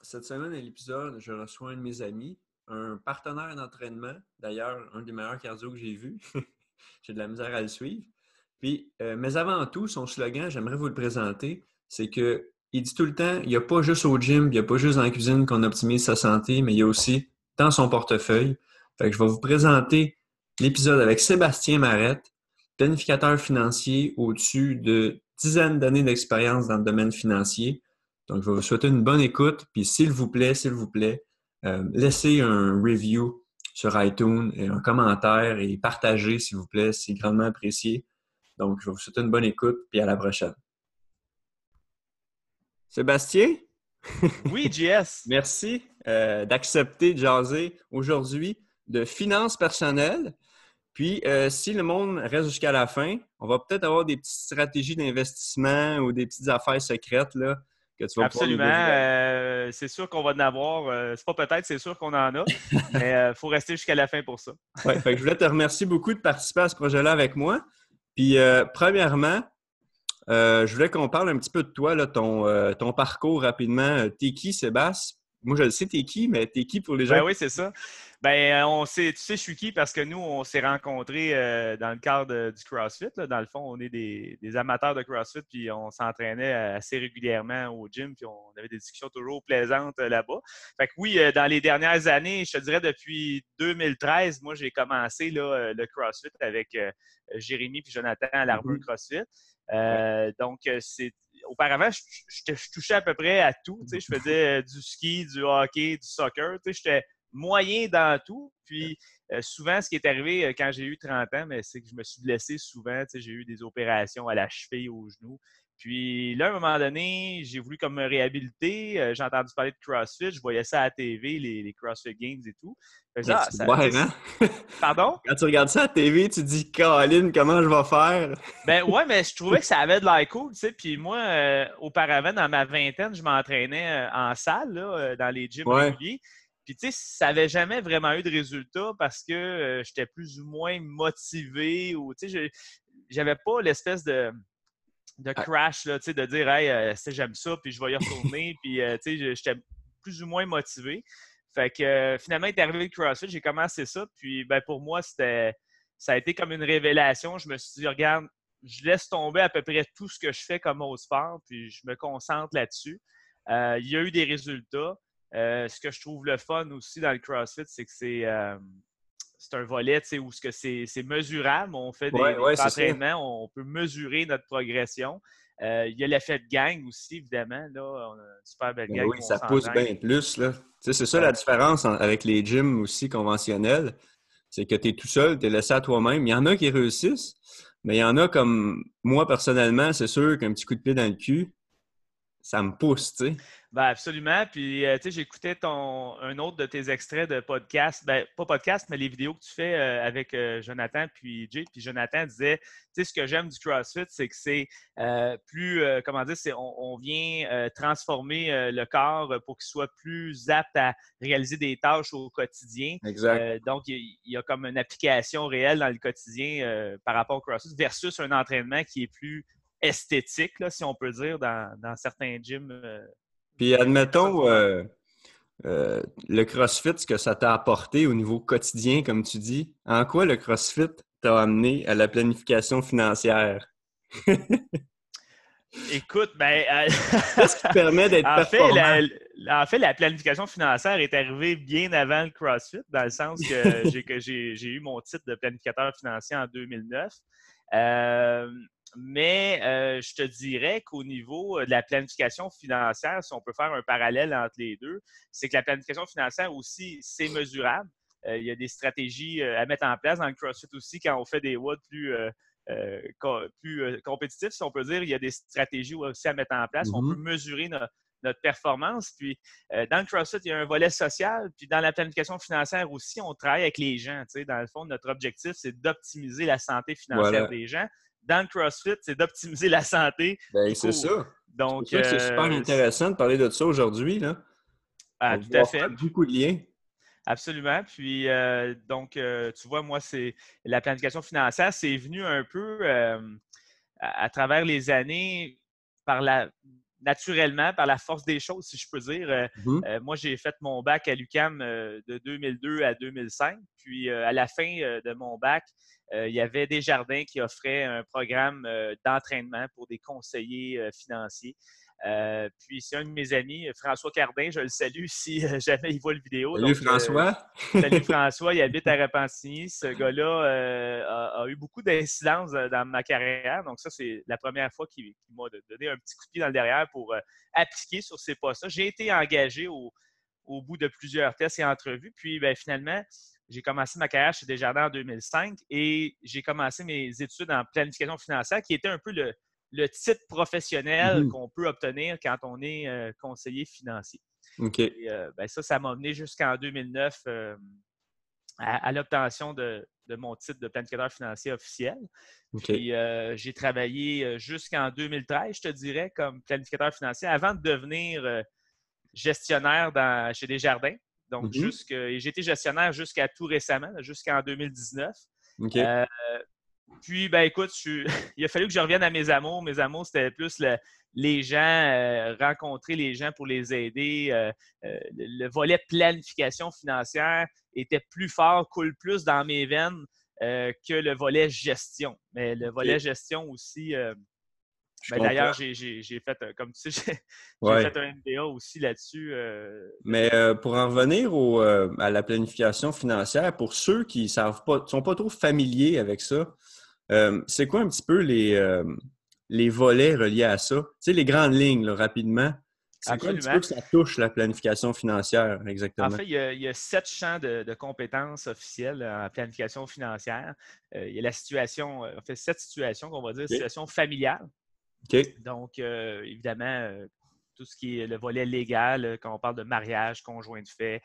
Cette semaine, à l'épisode, je reçois un de mes amis, un partenaire d'entraînement, d'ailleurs, un des meilleurs cardio que j'ai vu. J'ai de la misère à le suivre. Mais avant tout, son slogan, j'aimerais vous le présenter, c'est que il dit tout le temps, il n'y a pas juste au gym, il n'y a pas juste dans la cuisine qu'on optimise sa santé, mais il y a aussi dans son portefeuille. Fait que je vais vous présenter l'épisode avec Sébastien Marette, planificateur financier au-dessus de dizaines d'années d'expérience dans le domaine financier. Donc, je vais vous souhaiter une bonne écoute. Puis, s'il vous plaît, laissez un review sur iTunes et un commentaire et partagez, s'il vous plaît. C'est grandement apprécié. Donc, je vais vous souhaiter une bonne écoute. Puis, à la prochaine. Sébastien, Oui, JS. merci d'accepter de jaser aujourd'hui de finances personnelles. Puis, si le monde reste jusqu'à la fin, on va peut-être avoir des petites stratégies d'investissement ou des petites affaires secrètes là, que tu vas pouvoir nous Absolument. dévoiler. C'est sûr qu'on va en avoir. C'est pas peut-être, c'est sûr qu'on en a. Mais il faut rester jusqu'à la fin pour ça. Ouais, fait que je voulais te remercier beaucoup de participer à ce projet-là avec moi. Puis, premièrement, je voulais qu'on parle un petit peu de toi, là, ton parcours rapidement. T'es qui, Sébastien? Moi, je le sais, t'es qui, mais t'es qui pour les gens? Ben oui, c'est ça. On sait, tu sais, je suis qui parce que nous, on s'est rencontrés dans le cadre du CrossFit. Là. Dans le fond, on est des amateurs de CrossFit, puis on s'entraînait assez régulièrement au gym, puis on avait des discussions toujours plaisantes là-bas. Fait que oui, dans les dernières années, je te dirais depuis 2013, moi, j'ai commencé là, le CrossFit avec Jérémy puis Jonathan à l'Armure CrossFit. Ouais. Auparavant, je touchais à peu près à tout. Tu sais, je faisais du ski, du hockey, du soccer. Tu sais, j'étais moyen dans tout. Puis souvent, ce qui est arrivé quand j'ai eu 30 ans, c'est que je me suis blessé souvent. Tu sais, j'ai eu des opérations à la cheville, au genou. Puis là, à un moment donné, j'ai voulu comme me réhabiliter. J'ai entendu parler de CrossFit. Je voyais ça à la TV, les CrossFit Games et tout. Mais Ça, tu vois, tu sais, hein? pardon? Quand tu regardes ça à la TV, tu te dis, Caroline, comment je vais faire? Ben ouais, mais je trouvais que ça avait de l'air cool, tu sais. Puis moi, auparavant, dans ma vingtaine, je m'entraînais en salle, là, dans les gyms Ouais. réguliers. Puis tu sais, ça n'avait jamais vraiment eu de résultat parce que j'étais plus ou moins motivé ou tu sais, j'avais pas l'espèce de Ah, crash, là, tu sais, de dire, hey, tu sais, j'aime ça, puis je vais y retourner. Puis tu sais, j'étais plus ou moins motivé. Fait que finalement, est arrivé le CrossFit, j'ai commencé ça. Puis ben, pour moi, ça a été comme une révélation. Je me suis dit, regarde, je laisse tomber à peu près tout ce que je fais comme au sport, puis je me concentre là-dessus. Il y a eu des résultats. Ce que je trouve le fun aussi dans le CrossFit, c'est que c'est un volet où c'est mesurable. On fait ouais, des ouais, c'est ça. entraînements, on peut mesurer notre progression. Il y a l'effet de gang aussi, évidemment. Là, on a une super belle Ben gang oui, où on ça pousse s'entraîne. bien plus, là. Tu sais, c'est ça la Ben, différence avec les gyms aussi conventionnels. C'est que tu es tout seul, tu es laissé à toi-même. Il y en a qui réussissent, mais il y en a comme moi, personnellement, c'est sûr qu'un petit coup de pied dans le cul, ça me pousse, tu sais. Ben absolument. Puis, tu sais, j'écoutais un autre de tes extraits de podcast. Ben, pas podcast, mais les vidéos que tu fais avec Jonathan puis Jay. Puis Jonathan disait, tu sais, ce que j'aime du CrossFit, c'est que c'est comment dire, on vient transformer le corps pour qu'il soit plus apte à réaliser des tâches au quotidien. Exact. Donc, il y a comme une application réelle dans le quotidien par rapport au CrossFit versus un entraînement qui est plus esthétique, là, si on peut dire, dans certains gyms. Puis Il y a des personnes qui admettons, vont dans. le CrossFit, ce que ça t'a apporté au niveau quotidien, comme tu dis, en quoi le CrossFit t'a amené à la planification financière? Écoute, Qu'est-ce qui te permet d'être en fait, performant? la planification financière est arrivée bien avant le CrossFit, dans le sens que j'ai eu mon titre de planificateur financier en 2009. Euh, je te dirais qu'au niveau de la planification financière, si on peut faire un parallèle entre les deux, c'est que la planification financière aussi, c'est mesurable. Il y a des stratégies à mettre en place dans le CrossFit aussi quand on fait des WOD plus compétitifs, si on peut dire. Il y a des stratégies aussi à mettre en place. On peut Mhm. mesurer notre performance. Puis, dans le CrossFit, il y a un volet social. Puis, dans la planification financière aussi, on travaille avec les gens. Tu sais, dans le fond, notre objectif, c'est d'optimiser la santé financière Voilà. des gens. Dans le CrossFit, c'est d'optimiser la santé Ben, tout c'est court. ça. C'est pour Donc, ça que c'est super intéressant de parler de ça aujourd'hui, là. On va tout à pouvoir fait. faire beaucoup de liens. Absolument. Puis, tu vois, moi, c'est la planification financière, c'est venu un peu à travers les années par naturellement, par la force des choses, si je peux dire. Moi, j'ai fait mon bac à l'UQAM de 2002 à 2005. Puis, à la fin de mon bac, il y avait Desjardins qui offrait un programme d'entraînement pour des conseillers financiers. Puis, c'est un de mes amis, François Cardin, je le salue si jamais il voit le vidéo. Salut Donc, François. salut François, il habite à Repentigny. Ce gars-là a eu beaucoup d'incidence dans ma carrière. Donc, ça, c'est la première fois qu'il m'a donné un petit coup de pied dans le derrière pour appliquer sur ces postes-là. J'ai été engagé au bout de plusieurs tests et entrevues. Puis, ben, finalement, j'ai commencé ma carrière chez Desjardins en 2005 et j'ai commencé mes études en planification financière, qui était un peu le titre professionnel qu'on peut obtenir quand on est conseiller financier. OK. Et, ben ça m'a mené jusqu'en 2009 à l'obtention de mon titre de planificateur financier officiel. Puis, j'ai travaillé jusqu'en 2013, je te dirais, comme planificateur financier, avant de devenir gestionnaire chez Desjardins. Donc, j'ai été gestionnaire jusqu'à tout récemment, jusqu'en 2019. OK. Puis, ben écoute, il a fallu que je revienne à mes amours. Mes amours, c'était plus les gens, rencontrer les gens pour les aider. Le volet planification financière était plus fort, coule plus dans mes veines que le volet gestion. Mais le volet gestion aussi, d'ailleurs, j'ai fait, comme tu sais, j'ai fait un MBA aussi là-dessus. Mais pour en revenir à la planification financière, pour ceux qui savent pas, sont pas trop familiers avec ça, c'est quoi un petit peu les volets reliés à ça? Tu sais, les grandes lignes, là, rapidement. C'est quoi un petit peu que ça touche la planification financière, exactement? En fait, il y a 7 champs de compétences officielles en planification financière. Il y a la situation, en fait, 7 situations qu'on va dire, situation familiale. Donc, évidemment, tout ce qui est le volet légal, quand on parle de mariage, conjoint de fait,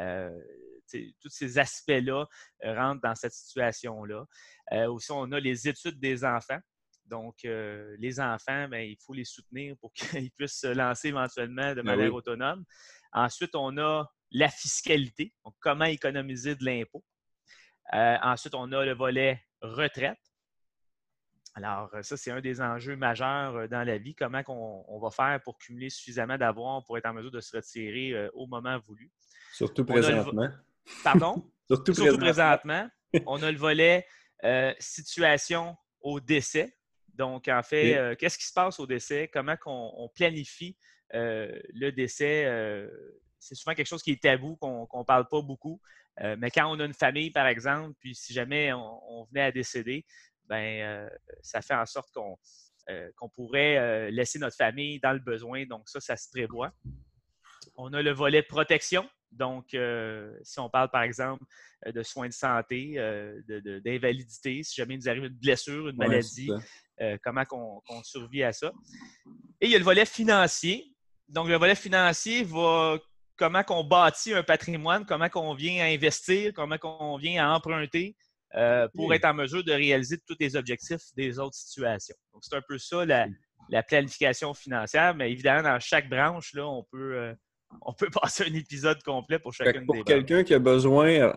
tous ces aspects-là rentrent dans cette situation-là. Aussi, on a les études des enfants. Donc, les enfants, bien, il faut les soutenir pour qu'ils puissent se lancer éventuellement de manière autonome. Ensuite, on a la fiscalité, donc comment économiser de l'impôt. Ensuite, on a le volet retraite. Alors, ça, c'est un des enjeux majeurs dans la vie. Comment on va faire pour cumuler suffisamment d'avoirs pour être en mesure de se retirer au moment voulu. Surtout présentement. Pardon? Surtout présentement. On a le volet situation au décès. Donc, en fait, qu'est-ce qui se passe au décès? Comment on planifie le décès? C'est souvent quelque chose qui est tabou, qu'on ne parle pas beaucoup. Mais quand on a une famille, par exemple, puis si jamais on venait à décéder, ben, ça fait en sorte qu'on pourrait laisser notre famille dans le besoin. Donc, ça se prévoit. On a le volet protection. Donc, si on parle, par exemple, de soins de santé, d'invalidité, si jamais il nous arrive une blessure, une maladie, comment on survit à ça. Et il y a le volet financier. Donc, le volet financier va comment on bâtit un patrimoine, comment on vient à investir, comment on vient à emprunter pour être en mesure de réaliser tous les objectifs des autres situations. Donc, c'est un peu ça la planification financière, mais évidemment, dans chaque branche, là, on peut passer un épisode complet pour chacune des branches. Pour quelqu'un qui a besoin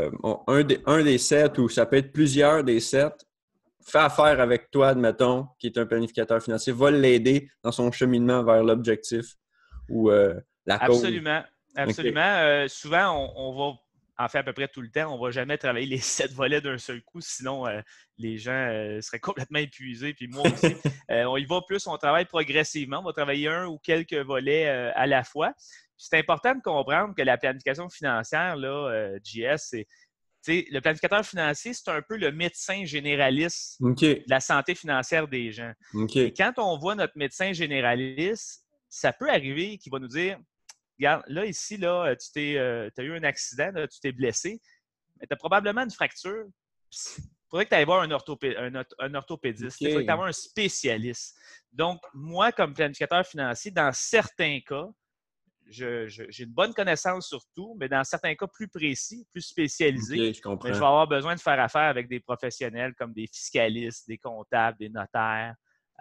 un des 7 ou ça peut être plusieurs des 7, fais affaire avec toi, admettons, qui est un planificateur financier, va l'aider dans son cheminement vers l'objectif ou la cause. Absolument. Absolument. Souvent, on va, en fait, à peu près tout le temps, on ne va jamais travailler les 7 volets d'un seul coup, sinon les gens seraient complètement épuisés, puis moi aussi. On y va plus, on travaille progressivement, on va travailler un ou quelques volets à la fois. C'est important de comprendre que la planification financière, là, JS, le planificateur financier, c'est un peu le médecin généraliste de la santé financière des gens. Et quand on voit notre médecin généraliste, ça peut arriver qu'il va nous dire regarde, là, ici, là, tu as eu un accident, là, tu t'es blessé, mais tu as probablement une fracture. Il faudrait que tu ailles voir un orthopédiste. Il faudrait que tu ailles voir un spécialiste. Donc, moi, comme planificateur financier, dans certains cas, j'ai une bonne connaissance sur tout, mais dans certains cas plus précis, plus spécialisés, je comprends. Mais je vais avoir besoin de faire affaire avec des professionnels comme des fiscalistes, des comptables, des notaires,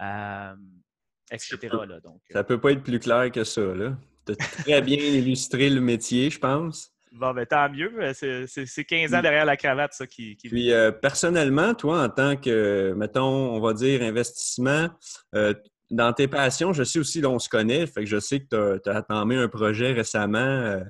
etc. Ça ne peut pas être plus clair que ça, là. Tu as très bien illustré le métier, je pense. Bon, ben tant mieux. C'est 15 ans derrière la cravate, ça, qui... Puis, personnellement, toi, en tant que, mettons, on va dire investissement, dans tes passions, je sais aussi, là, on se connaît, fait que je sais que tu as entamé un projet récemment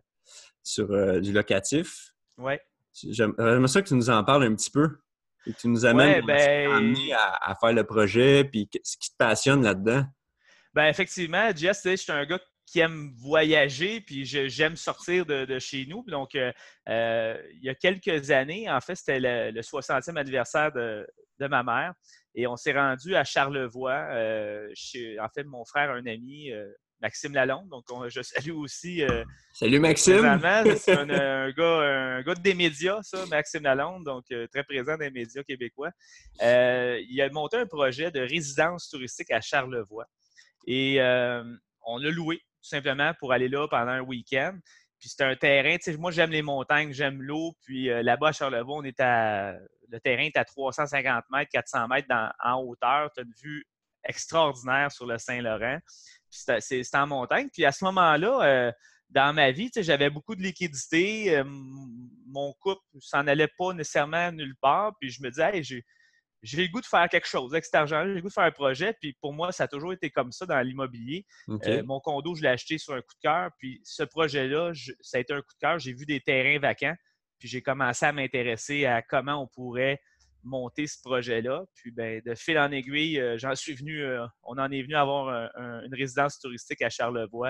sur du locatif. Ouais. J'aimerais ça que tu nous en parles un petit peu et que tu nous amènes Ouais, ce qui t'a amené à faire le projet puis ce qui te passionne là-dedans. effectivement, Jess, tu sais, je suis un gars qui aime voyager, puis j'aime sortir de chez nous. Donc, il y a quelques années, en fait, c'était le 60e anniversaire de ma mère. Et on s'est rendu à Charlevoix. En fait, mon frère, un ami, Maxime Lalonde. Donc, je salue aussi Salut Maxime! présentement. C'est un gars des médias, ça, Maxime Lalonde, donc très présent dans les médias québécois. Il a monté un projet de résidence touristique à Charlevoix. Et on l'a loué, tout simplement, pour aller là pendant un week-end. Puis c'était un terrain, tu sais, moi j'aime les montagnes, j'aime l'eau. Puis là-bas à Charlevoix, le terrain est à 350 mètres, 400 mètres en hauteur. Tu as une vue extraordinaire sur le Saint-Laurent. C'est en montagne. Puis à ce moment-là, dans ma vie, tu sais, j'avais beaucoup de liquidités. Mon couple s'en allait pas nécessairement nulle part. Puis je me disais, hey, j'ai le goût de faire quelque chose avec cet argent-là, j'ai le goût de faire un projet. Puis pour moi, ça a toujours été comme ça dans l'immobilier. OK. Mon condo, je l'ai acheté sur un coup de cœur. Puis ce projet-là, ça a été un coup de cœur. J'ai vu des terrains vacants. Puis j'ai commencé à m'intéresser à comment on pourrait monter ce projet-là. Puis ben, de fil en aiguille, on en est venu à avoir une résidence touristique à Charlevoix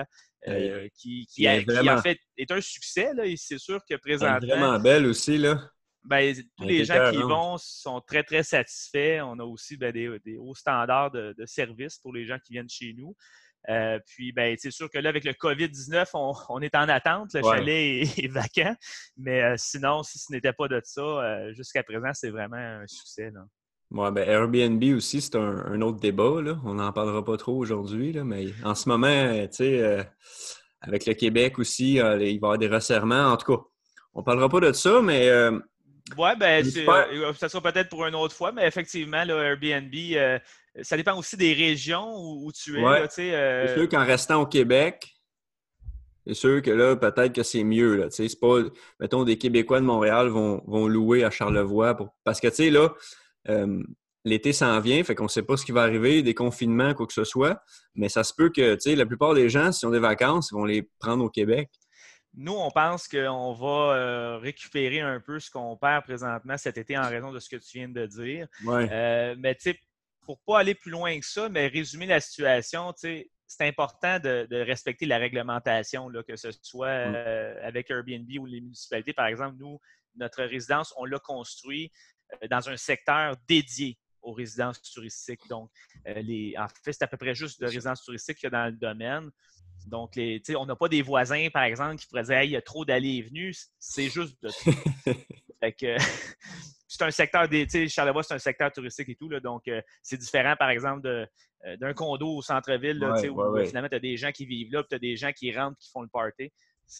Elle est qui en vraiment, fait est un succès. Là, et c'est sûr que elle est présentement, vraiment belle aussi, là. ben, tous Elle est les gens qui y écœurante. vont sont très, très satisfaits. On a aussi des hauts standards de service pour les gens qui viennent chez nous. Puis, ben, c'est sûr que là, avec le COVID-19, on est en attente. Le Ouais. chalet est vacant. Mais sinon, si ce n'était pas de ça, jusqu'à présent, c'est vraiment un succès. Là. Ouais, ben Airbnb aussi, c'est un autre débat, là. On n'en parlera pas trop aujourd'hui, là, mais en ce moment, tu sais, avec le Québec aussi, il va y avoir des resserrements. En tout cas, on parlera pas de ça, mais Ouais, ben, j'espère. ça sera peut-être pour une autre fois, mais effectivement, là, Airbnb, ça dépend aussi des régions où tu es. Ouais, Là, tu sais, c'est sûr qu'en restant au Québec, c'est sûr que là, peut-être que c'est mieux, là. Tu sais, c'est pas, mettons, des Québécois de Montréal vont louer à Charlevoix parce que, tu sais, là, euh, l'été s'en vient, fait qu'on ne sait pas ce qui va arriver, des confinements, quoi que ce soit. Mais ça se peut que, tu sais, la plupart des gens, s'ils ont des vacances, ils vont les prendre au Québec. Nous, on pense qu'on va récupérer un peu ce qu'on perd présentement cet été en raison de ce que tu viens de dire. Ouais. Mais tu sais, pour ne pas aller plus loin que ça, mais résumer la situation, tu sais, c'est important de respecter la réglementation, là, que ce soit Ouais. avec Airbnb ou les municipalités. Par exemple, nous, notre résidence, on l'a construit dans un secteur dédié aux résidences touristiques. Donc, en fait, c'est à peu près juste de résidences touristiques qu'il y a dans le domaine. Donc, on n'a pas des voisins, par exemple, qui pourraient dire hey, il y a trop d'allées et venues. C'est juste de ça. Fait que, c'est un secteur Charlevoix, c'est un secteur touristique et tout. Là, donc, c'est différent, par exemple, d'un condo au centre-ville là, Ouais, ouais, où ouais. finalement, tu as des gens qui vivent là, puis tu as des gens qui rentrent qui font le party.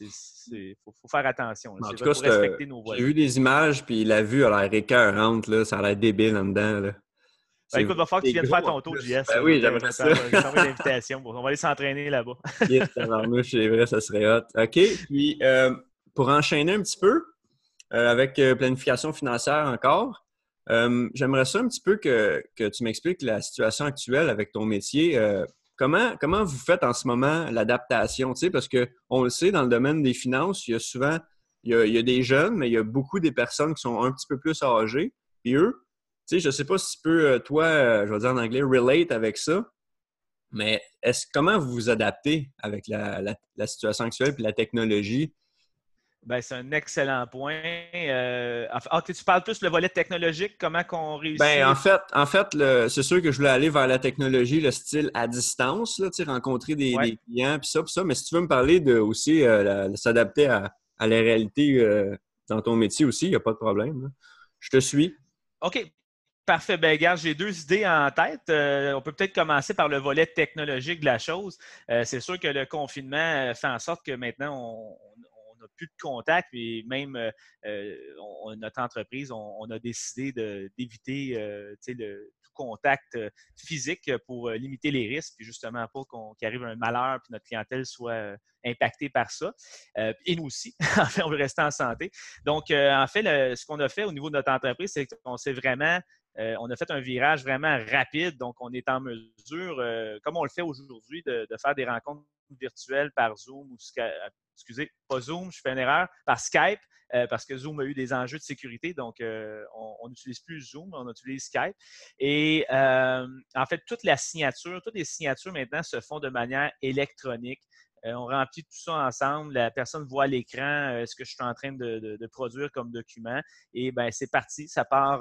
Faut faire attention. En tout Il cas, faut respecter nos j'ai voisins. vu des images, puis la vue a l'air écœurante, là. Ça a l'air débile en dedans, là. Ben, C'est écoute, il va falloir que tu c'est viennes faire gros en ton tour, plus. JS. Ben Là. oui, j'aimerais ça. Je vais t'envoyer l'invitation. On va aller s'entraîner là-bas. Yes, tabarnouche, c'est vrai, ça serait hot. OK, puis pour enchaîner un petit peu, avec planification financière encore, j'aimerais ça un petit peu que tu m'expliques la situation actuelle avec ton métier. Comment vous faites en ce moment l'adaptation? Tu sais, parce qu'on le sait, dans le domaine des finances, il y a souvent il y a des jeunes, mais il y a beaucoup des personnes qui sont un petit peu plus âgées. Puis eux, tu sais, je ne sais pas si tu peux, toi, je vais dire en anglais, relate avec ça. Mais comment vous vous adaptez avec la situation actuelle et la technologie? Ben, c'est un excellent point. Tu parles plus le volet technologique, comment qu'on Ben, réussit. en fait, c'est sûr que je voulais aller vers la technologie, le style à distance, là, tu sais, rencontrer Ouais. des clients, puis ça. Mais si tu veux me parler de aussi s'adapter à la réalité dans ton métier aussi, il n'y a pas de problème, là. Je te suis. OK. Parfait. Ben, regarde, j'ai deux idées en tête. On peut peut-être commencer par le volet technologique de la chose. C'est sûr que le confinement fait en sorte que maintenant, on n'a plus de contact et même notre entreprise, on a décidé d'éviter tout contact physique pour limiter les risques, puis justement pas qu'il arrive un malheur puis notre clientèle soit impactée par ça. Et nous aussi, en fait, on veut rester en santé. Donc, en fait, ce qu'on a fait au niveau de notre entreprise, c'est qu'on s'est vraiment on a fait un virage vraiment rapide. Donc, on est en mesure, comme on le fait aujourd'hui, de faire des rencontres virtuelles par Zoom ou excusez, pas Zoom, je fais une erreur, par Skype, parce que Zoom a eu des enjeux de sécurité. Donc, on n'utilise plus Zoom, on utilise Skype. Et en fait, toutes les signatures maintenant se font de manière électronique. On remplit tout ça ensemble. La personne voit à l'écran ce que je suis en train de produire comme document. Et bien, c'est parti. Ça part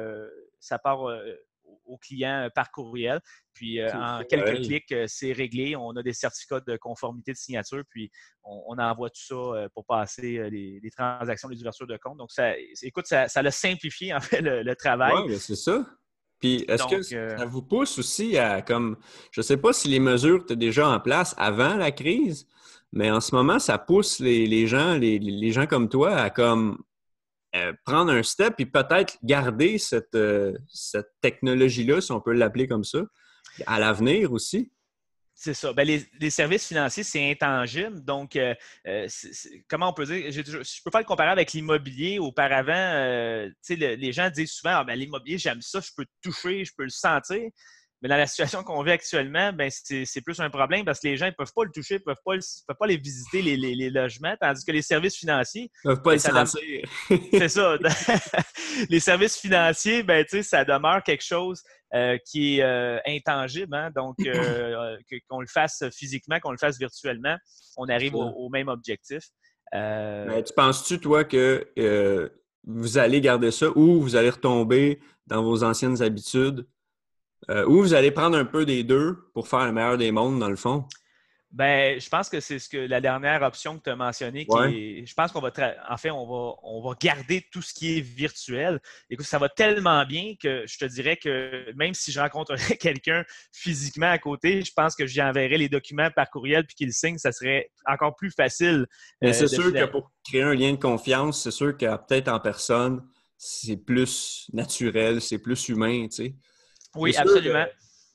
au client par courriel. Puis, en quelques clics, c'est réglé. On a des certificats de conformité de signature. Puis, on envoie tout ça pour passer les transactions, les ouvertures de compte. Donc, écoute, ça a simplifié, en fait, le travail. Oui, c'est ça. Puis, est-ce que ça vous pousse aussi à, comme, je ne sais pas si les mesures étaient déjà en place avant la crise, mais en ce moment, ça pousse les gens, les gens comme toi à comme prendre un step et peut-être garder cette technologie-là, si on peut l'appeler comme ça, à l'avenir aussi. C'est ça. Ben, les services financiers, c'est intangible. Donc, comment on peut dire? Je peux faire le comparer avec l'immobilier. Auparavant, les gens disent souvent, ah, ben, l'immobilier, j'aime ça, je peux le toucher, je peux le sentir. Mais dans la situation qu'on vit actuellement, ben, c'est plus un problème parce que les gens ne peuvent pas le toucher, ne peuvent pas les visiter, les logements, tandis que les services financiers, Ils ne peuvent pas ben, le sentir. c'est ça. Les services financiers, ben, ça demeure quelque chose qui est intangible. Hein? Donc, qu'on le fasse physiquement, qu'on le fasse virtuellement, on arrive au même objectif. Mais tu penses-tu, toi, que vous allez garder ça ou vous allez retomber dans vos anciennes habitudes ou vous allez prendre un peu des deux pour faire le meilleur des mondes, dans le fond? Ben, je pense que c'est la dernière option que tu as mentionnée je pense qu'on va on va garder tout ce qui est virtuel. Écoute, ça va tellement bien que je te dirais que même si je rencontrerais quelqu'un physiquement à côté, je pense que j'y enverrais les documents par courriel puis qu'il signe, ça serait encore plus facile. Mais c'est sûr que pour créer un lien de confiance, c'est sûr que peut-être en personne, c'est plus naturel, c'est plus humain, tu sais. Oui, absolument.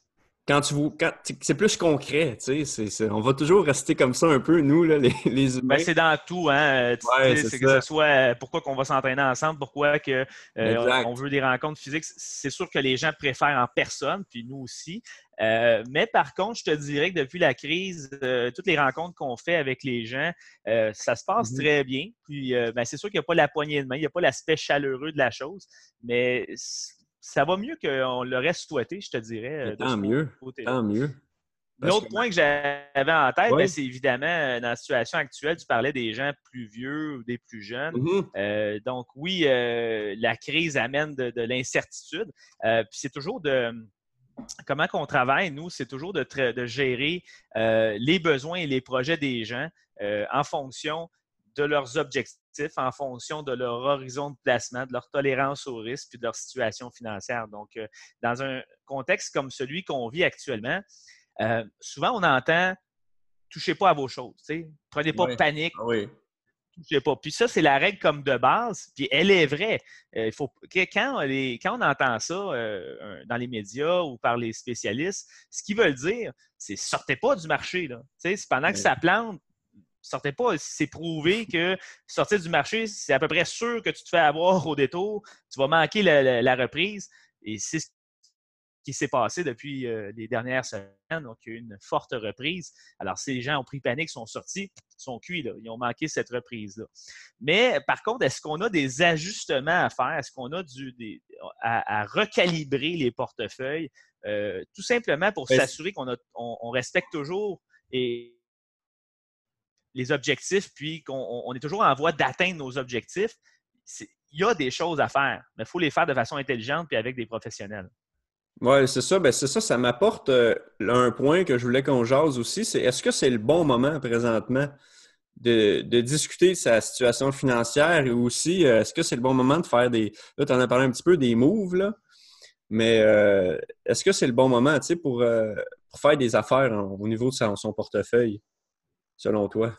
C'est plus concret, tu sais. On va toujours rester comme ça un peu, nous, là, les humains. Ben, c'est dans tout, hein. Que ce soit pourquoi qu'on va s'entraîner ensemble, pourquoi on veut des rencontres physiques. C'est sûr que les gens préfèrent en personne, puis nous aussi. Mais par contre, je te dirais que depuis la crise, toutes les rencontres qu'on fait avec les gens, ça se passe très bien. Puis, ben, c'est sûr qu'il n'y a pas la poignée de main, il n'y a pas l'aspect chaleureux de la chose, mais ça va mieux qu'on l'aurait souhaité, je te dirais. Tant mieux. L'autre point que j'avais en tête, ben, c'est évidemment, dans la situation actuelle, tu parlais des gens plus vieux ou des plus jeunes. Donc, oui, la crise amène de l'incertitude. Puis c'est toujours comment qu'on travaille, nous, c'est toujours de gérer les besoins et les projets des gens en fonction de leurs objectifs, en fonction de leur horizon de placement, de leur tolérance au risque puis de leur situation financière. Donc, dans un contexte comme celui qu'on vit actuellement, souvent on entend « touchez pas à vos choses », prenez pas panique, touchez pas. Puis ça, c'est la règle comme de base, puis elle est vraie. Quand on entend ça dans les médias ou par les spécialistes, ce qu'ils veulent dire, c'est « sortez pas du marché ». C'est pendant que ça plante, sortez pas. C'est prouvé que sortir du marché, c'est à peu près sûr que tu te fais avoir au détour. Tu vas manquer la reprise. Et c'est ce qui s'est passé depuis les dernières semaines. Donc, il y a eu une forte reprise. Alors, si les gens ont pris panique, sont sortis, sont cuits, là. Ils ont manqué cette reprise-là. Mais par contre, est-ce qu'on a des ajustements à faire? Est-ce qu'on a à recalibrer les portefeuilles? Tout simplement pour s'assurer qu'on respecte toujours les objectifs, puis qu'on est toujours en voie d'atteindre nos objectifs. Il y a des choses à faire, mais il faut les faire de façon intelligente puis avec des professionnels. Oui, c'est ça. Ben, c'est ça. Ça m'apporte un point que je voulais qu'on jase aussi. C'est est-ce que c'est le bon moment présentement de discuter de sa situation financière et aussi est-ce que c'est le bon moment de faire Là, tu en as parlé un petit peu des moves, là. Mais est-ce que c'est le bon moment, tu sais, pour faire des affaires au niveau de son portefeuille, selon toi?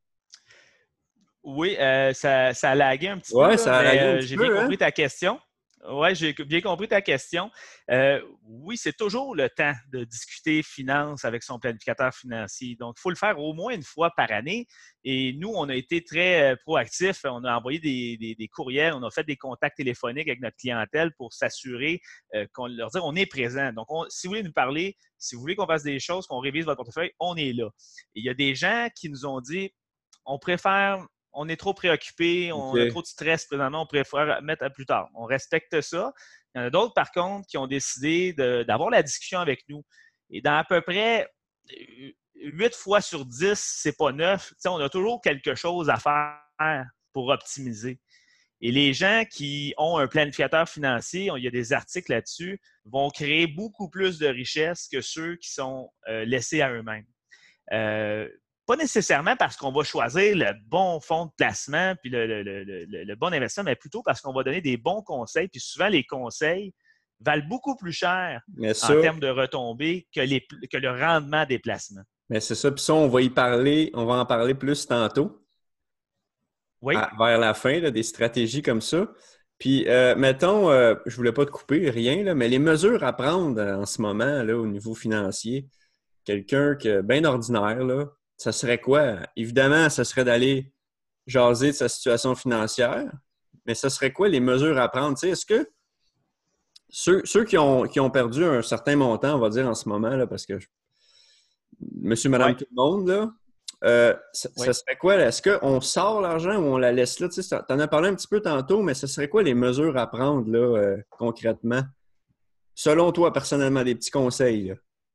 Oui, ça a lagué un petit peu, Ouais, là, ça a lagué un mais petit j'ai peu, bien hein? compris ta question. Oui, j'ai bien compris ta question. Oui, c'est toujours le temps de discuter finances avec son planificateur financier. Donc, il faut le faire au moins une fois par année. Et nous, on a été très proactifs. On a envoyé des courriels, on a fait des contacts téléphoniques avec notre clientèle pour s'assurer qu'on leur dit on est présent. Donc, si vous voulez nous parler, si vous voulez qu'on fasse des choses, qu'on révise votre portefeuille, on est là. Et il y a des gens qui nous ont dit on préfère on est trop préoccupé, on a OK. trop de stress présentement, on préfère mettre à plus tard. On respecte ça. Il y en a d'autres, par contre, qui ont décidé d'avoir la discussion avec nous. Et dans à peu près 8 fois sur 10, c'est pas 9. On a toujours quelque chose à faire pour optimiser. Et les gens qui ont un planificateur financier, il y a des articles là-dessus, vont créer beaucoup plus de richesses que ceux qui sont laissés à eux-mêmes. Pas nécessairement parce qu'on va choisir le bon fonds de placement puis le bon investissement, mais plutôt parce qu'on va donner des bons conseils. Puis souvent, les conseils valent beaucoup plus cher Mais en ça, termes de retombées que le rendement des placements. mais c'est ça. Puis ça, on va en parler plus tantôt, Oui, vers la fin, là, des stratégies comme ça. Puis, mettons, je voulais pas te couper, rien, là, mais les mesures à prendre en ce moment, là, au niveau financier, quelqu'un que bien ordinaire, là, ça serait quoi? Évidemment, ça serait d'aller jaser de sa situation financière, mais ça serait quoi les mesures à prendre? Tu sais, est-ce que ceux qui ont perdu un certain montant, on va dire en ce moment, là, parce que monsieur, oui, madame, tout le monde, là, ça oui. serait quoi? Est-ce qu'on sort l'argent ou on la laisse là? Tu sais, t'en as parlé un petit peu tantôt, mais ce serait quoi les mesures à prendre là, concrètement? Selon toi, personnellement, des petits conseils, là.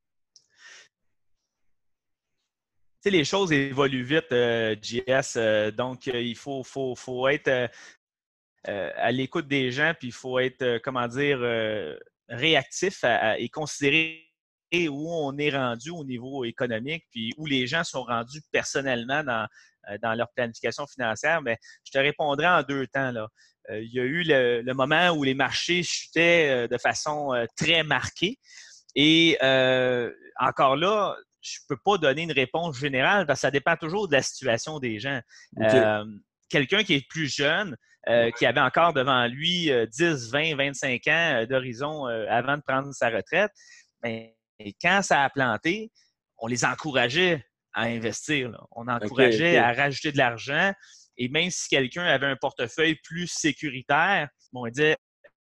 Tu sais, les choses évoluent vite, JS. Donc, il faut être à l'écoute des gens, puis il faut être, comment dire, réactif et considérer où on est rendu au niveau économique, puis où les gens sont rendus personnellement dans leur planification financière. Mais je te répondrai en deux temps, là. Il y a eu le moment où les marchés chutaient de façon très marquée. Et encore là, je ne peux pas donner une réponse générale parce que ça dépend toujours de la situation des gens. OK. Euh, Quelqu'un qui est plus jeune, qui avait encore devant lui 10, 20, 25 ans d'horizon avant de prendre sa retraite, bien, quand ça a planté, on les encourageait à investir, là. On OK, encourageait OK. à rajouter de l'argent. Et même si quelqu'un avait un portefeuille plus sécuritaire, bon, on disait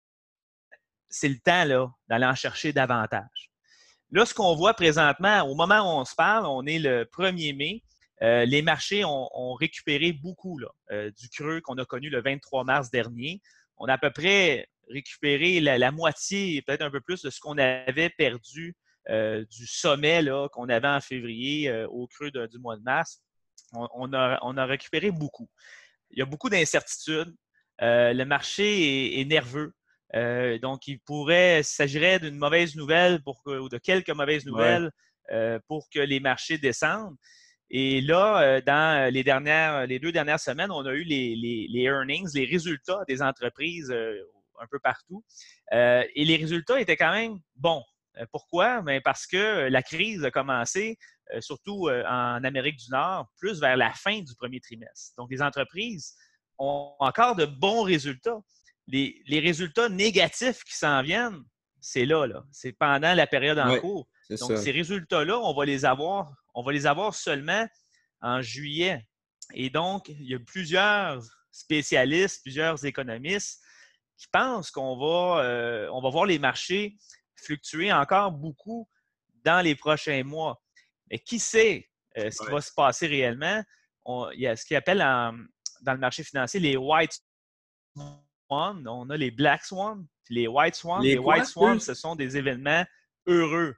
c'est le temps là, d'aller en chercher davantage. Là, ce qu'on voit présentement, au moment où on se parle, on est le 1er mai. Les marchés ont récupéré beaucoup là, du creux qu'on a connu le 23 mars dernier. On a à peu près récupéré la moitié, peut-être un peu plus, de ce qu'on avait perdu du sommet là, qu'on avait en février au creux du mois de mars. On a récupéré beaucoup. Il y a beaucoup d'incertitudes. Le marché est nerveux. Donc, il s'agirait d'une mauvaise nouvelle ou de quelques mauvaises Ouais. nouvelles pour que les marchés descendent. Et là, dans les 2 dernières semaines, on a eu les earnings, les résultats des entreprises un peu partout. Et les résultats étaient quand même bons. Pourquoi? Bien parce que la crise a commencé, surtout en Amérique du Nord, plus vers la fin du premier trimestre. Donc, les entreprises ont encore de bons résultats. Les résultats négatifs qui s'en viennent, c'est là. C'est pendant la période en Ouais, cours. c'est Donc, ça. ces résultats-là, on va les avoir seulement en juillet. Et donc, il y a plusieurs spécialistes, plusieurs économistes qui pensent on va voir les marchés fluctuer encore beaucoup dans les prochains mois. Mais qui sait ce qui Ouais. va se passer réellement? Il y a ce qu'ils appellent dans le marché financier les white swans. On a les black swans, puis les white swans. Les Les quoi, white swans, excuse? ce sont des événements heureux.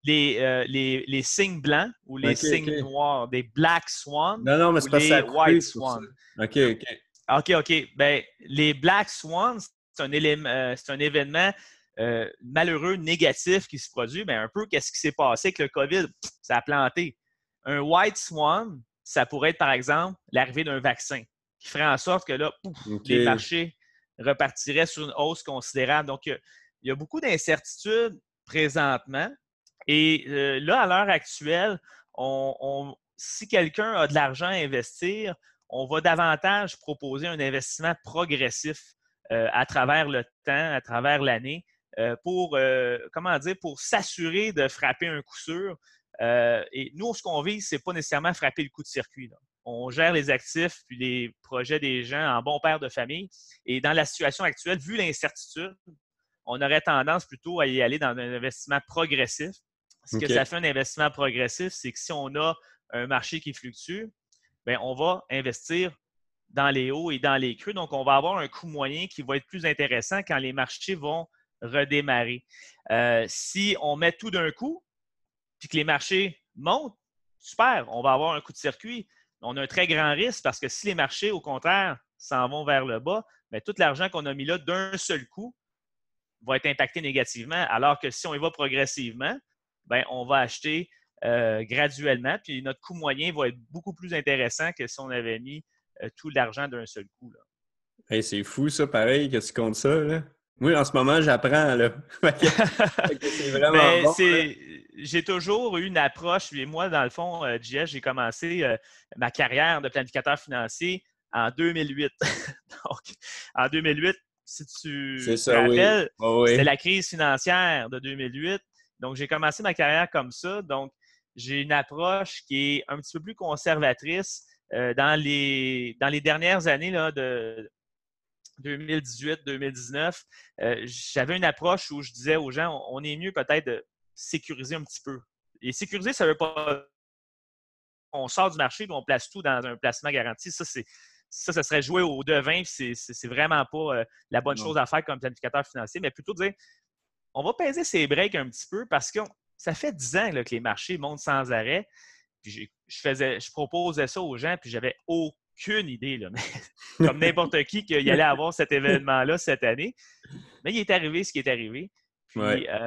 Les signes blancs ou les OK, signes OK. noirs, des black swans Non, non, mais ou c'est parce que ça les a white coupé, c'est pour ça. swans. OK, OK. OK. Ben, les Black Swans, c'est un événement malheureux, négatif qui se produit. Ben, un peu qu'est-ce qui s'est passé avec le COVID? Ça a planté. Un White Swan, ça pourrait être, par exemple, l'arrivée d'un vaccin qui ferait en sorte que là, pouf, les OK. marchés repartiraient sur une hausse considérable. Donc, il y a beaucoup d'incertitudes présentement. Et là, à l'heure actuelle, si quelqu'un a de l'argent à investir, on va davantage proposer un investissement progressif à travers le temps, à travers l'année, pour s'assurer de frapper un coup sûr. Et nous, ce qu'on vise, c'est pas nécessairement frapper le coup de circuit, là. On gère les actifs puis les projets des gens en bon père de famille. Et dans la situation actuelle, vu l'incertitude, on aurait tendance plutôt à y aller dans un investissement progressif. Ce que ça fait un investissement progressif, c'est que si on a un marché qui fluctue, bien, on va investir dans les hauts et dans les creux. Donc, on va avoir un coût moyen qui va être plus intéressant quand les marchés vont redémarrer. Si on met tout d'un coup, puis que les marchés montent, super, on va avoir un coup de circuit. On a un très grand risque parce que si les marchés, au contraire, s'en vont vers le bas, bien, tout l'argent qu'on a mis là d'un seul coup va être impacté négativement. Alors que si on y va progressivement, bien, on va acheter graduellement, puis notre coût moyen va être beaucoup plus intéressant que si on avait mis tout l'argent d'un seul coup, là. Hey, c'est fou, ça, pareil, que tu comptes ça, là. Moi, en ce moment, j'apprends, là. C'est vraiment Mais bon, là. j'ai toujours eu une approche, et moi, dans le fond, JS, j'ai commencé ma carrière de planificateur financier en 2008. Donc, en 2008, si C'est tu te ça, oui. rappelles, Oh, c'était oui. la crise financière de 2008. Donc, j'ai commencé ma carrière comme ça. Donc, j'ai une approche qui est un petit peu plus conservatrice dans les dernières années là, de 2018-2019. J'avais une approche où je disais aux gens, on est mieux peut-être de sécuriser un petit peu. Et sécuriser, ça ne veut pas on sort du marché et on place tout dans un placement garanti. Ça serait jouer au devin. C'est vraiment pas la bonne chose à faire comme planificateur financier, mais plutôt dire on va peser ses breaks un petit peu parce que ça fait 10 ans là, que les marchés montent sans arrêt. Puis je proposais ça aux gens, puis j'avais aucune idée, là, mais comme n'importe qui, qu'il allait avoir cet événement-là cette année. Mais il est arrivé ce qui est arrivé. Puis, Ouais.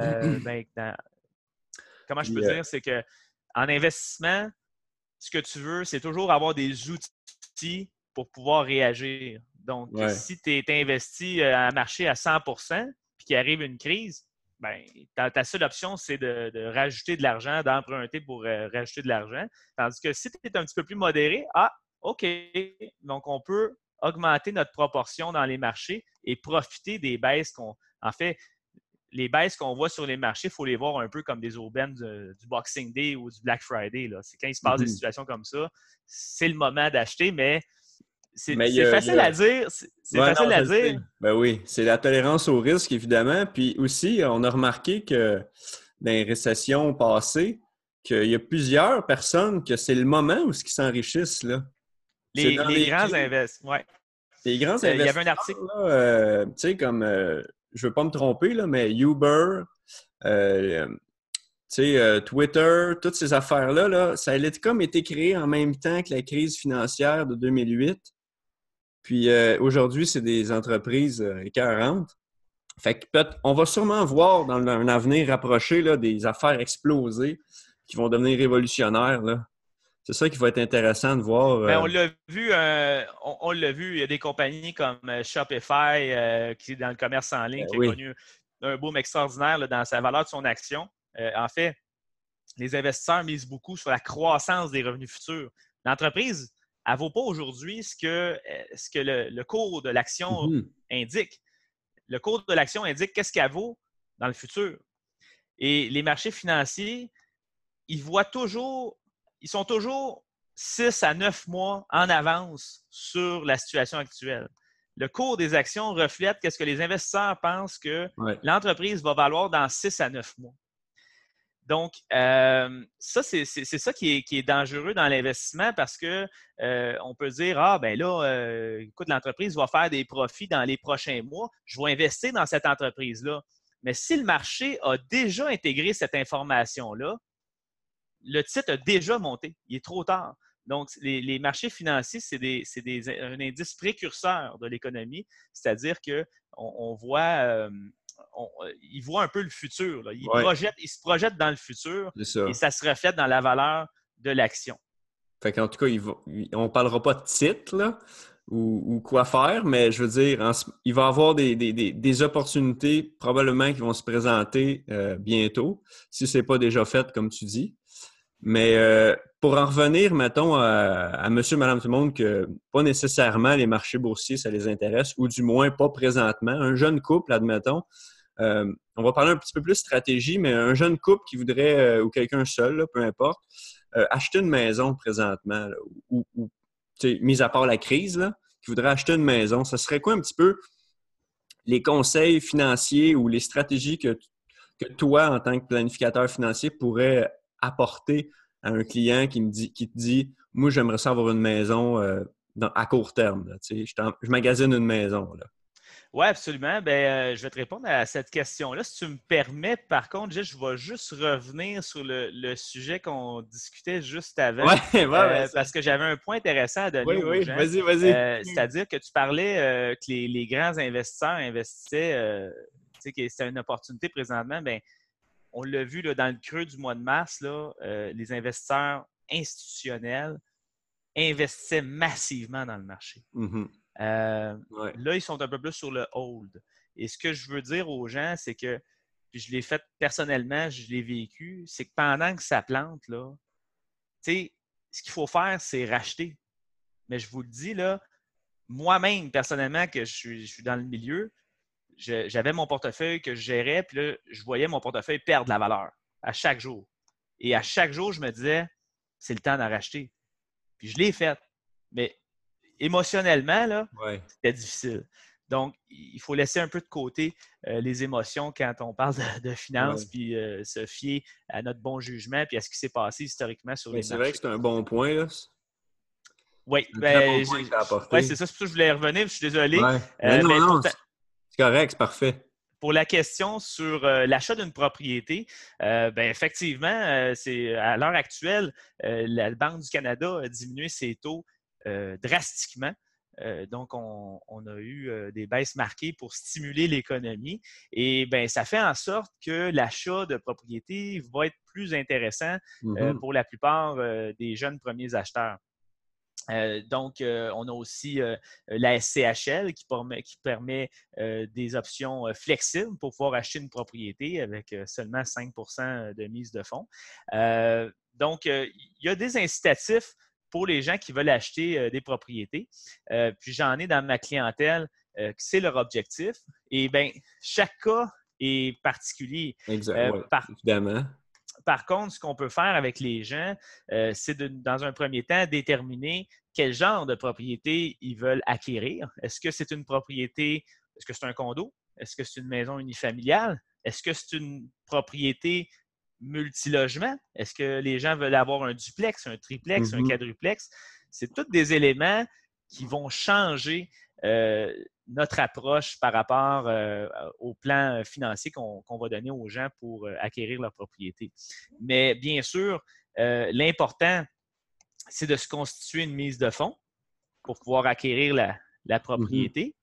comment je peux Puis, dire, c'est qu'en investissement, ce que tu veux, c'est toujours avoir des outils pour pouvoir réagir. Donc, ouais. si tu es investi à un marché à 100 puis qu'il arrive une crise, ben, ta seule option, c'est de rajouter de l'argent, d'emprunter pour rajouter de l'argent. Tandis que si tu es un petit peu plus modéré, OK, donc on peut augmenter notre proportion dans les marchés et profiter des baisses en fait, les baisses qu'on voit sur les marchés, il faut les voir un peu comme des aubaines du Boxing Day ou du Black Friday, là. C'est quand il se passe des situations comme ça, c'est le moment d'acheter, mais Mais c'est facile à dire. C'est Ouais, non, facile je à le sais. dire. Ben oui, c'est la tolérance au risque, évidemment. Puis aussi, on a remarqué que dans les récessions passées, qu'il y a plusieurs personnes que c'est le moment où ils s'enrichissent, là. C'est dans Les les grands crises. investissements. Ouais. Les grands Il y avait un investisseurs, article. là, tu sais, comme, je veux pas me tromper, là, mais Uber, euh, tu sais, Twitter, toutes ces affaires-là, là, ça a comme été créé en même temps que la crise financière de 2008. Puis aujourd'hui, c'est des entreprises écœurantes. Fait que on va sûrement voir dans un avenir rapproché là, des affaires exploser qui vont devenir révolutionnaires, là. C'est ça qui va être intéressant de voir. Ben, on l'a vu, on l'a vu, il y a des compagnies comme Shopify qui est dans le commerce en ligne, Ben qui a oui. connu un boom extraordinaire là, dans sa valeur de son action. En fait, les investisseurs misent beaucoup sur la croissance des revenus futurs. L'entreprise, elle ne vaut pas aujourd'hui ce que le cours de l'action Mhm. indique. Le cours de l'action indique qu'est-ce qu'elle vaut dans le futur. Et les marchés financiers, ils sont toujours 6 à 9 mois en avance sur la situation actuelle. Le cours des actions reflète qu'est-ce que les investisseurs pensent que Ouais. l'entreprise va valoir dans 6 à 9 mois. Donc, ça, c'est ça qui est dangereux dans l'investissement parce que on peut dire, ben là, écoute, l'entreprise va faire des profits dans les prochains mois, je vais investir dans cette entreprise-là. Mais si le marché a déjà intégré cette information-là, le titre a déjà monté. Il est trop tard. Donc, les marchés financiers, c'est un indice précurseur de l'économie, c'est-à-dire qu'on voit, ils voient un peu le futur. Là. Ouais, Ils se projettent dans le futur c'est et ça. ça se reflète dans la valeur de l'action. Fait qu'en tout cas, on parlera pas de titre, là, ou quoi faire, mais je veux dire, il va y avoir des opportunités probablement qui vont se présenter bientôt, si ce n'est pas déjà fait, comme tu dis. Mais pour en revenir, mettons, à monsieur, madame, tout le monde, que pas nécessairement les marchés boursiers, ça les intéresse, ou du moins pas présentement. Un jeune couple, admettons, on va parler un petit peu plus stratégie, mais un jeune couple qui voudrait, ou quelqu'un seul, là, peu importe, acheter une maison présentement, là, ou mis à part la crise, là, qui voudrait acheter une maison, ça serait quoi un petit peu les conseils financiers ou les stratégies que toi, en tant que planificateur financier, pourrais apporter à un client qui te dit moi, j'aimerais ça avoir une maison à court terme. Là, je magasine une maison. Là. Oui, absolument. Je vais te répondre à cette question-là. Si tu me permets, par contre, je vais juste revenir sur le sujet qu'on discutait juste avant, parce que j'avais un point intéressant à donner aux gens. Vas-y. C'est-à-dire que tu parlais que les grands investisseurs investissaient, que c'était une opportunité présentement. Bien, on l'a vu là, dans le creux du mois de mars, là, les investisseurs institutionnels investissaient massivement dans le marché. Mm-hmm. Là, ils sont un peu plus sur le hold. Et ce que je veux dire aux gens, c'est que, puis je l'ai fait personnellement, je l'ai vécu, c'est que pendant que ça plante, là, ce qu'il faut faire, c'est racheter. Mais je vous le dis, là, moi-même, personnellement, que je suis dans le milieu, j'avais mon portefeuille que je gérais, puis là, je voyais mon portefeuille perdre de la valeur à chaque jour. Et à chaque jour, je me disais, c'est le temps d'en racheter. Puis je l'ai fait. Mais émotionnellement, là, c'était difficile. Donc, il faut laisser un peu de côté les émotions quand on parle de finances, puis se fier à notre bon jugement, puis à ce qui s'est passé historiquement sur les marchés. C'est vrai que c'est un bon point, là. Oui, c'est ça, c'est ça que je voulais revenir, je suis désolé. Non, c'est correct, c'est parfait. Pour la question sur l'achat d'une propriété, effectivement, c'est à l'heure actuelle, la Banque du Canada a diminué ses taux drastiquement. Donc, on a eu des baisses marquées pour stimuler l'économie. Et ça fait en sorte que l'achat de propriété va être plus intéressant pour la plupart des jeunes premiers acheteurs. Donc, on a aussi la SCHL qui permet des options flexibles pour pouvoir acheter une propriété avec seulement 5 de mise de fonds. Donc, il y a des incitatifs pour les gens qui veulent acheter des propriétés. Puis, j'en ai dans ma clientèle que c'est leur objectif. Et bien, chaque cas est particulier. Évidemment. Par contre, ce qu'on peut faire avec les gens, c'est dans un premier temps, déterminer quel genre de propriété ils veulent acquérir. Est-ce que c'est une propriété, est-ce que c'est un condo? Est-ce que c'est une maison unifamiliale? Est-ce que c'est une propriété multilogement? Est-ce que les gens veulent avoir un duplex, un triplex, un quadruplex? C'est tous des éléments qui vont changer notre approche par rapport au plan financier qu'on va donner aux gens pour acquérir leur propriété. Mais bien sûr, l'important, c'est de se constituer une mise de fonds pour pouvoir acquérir la propriété.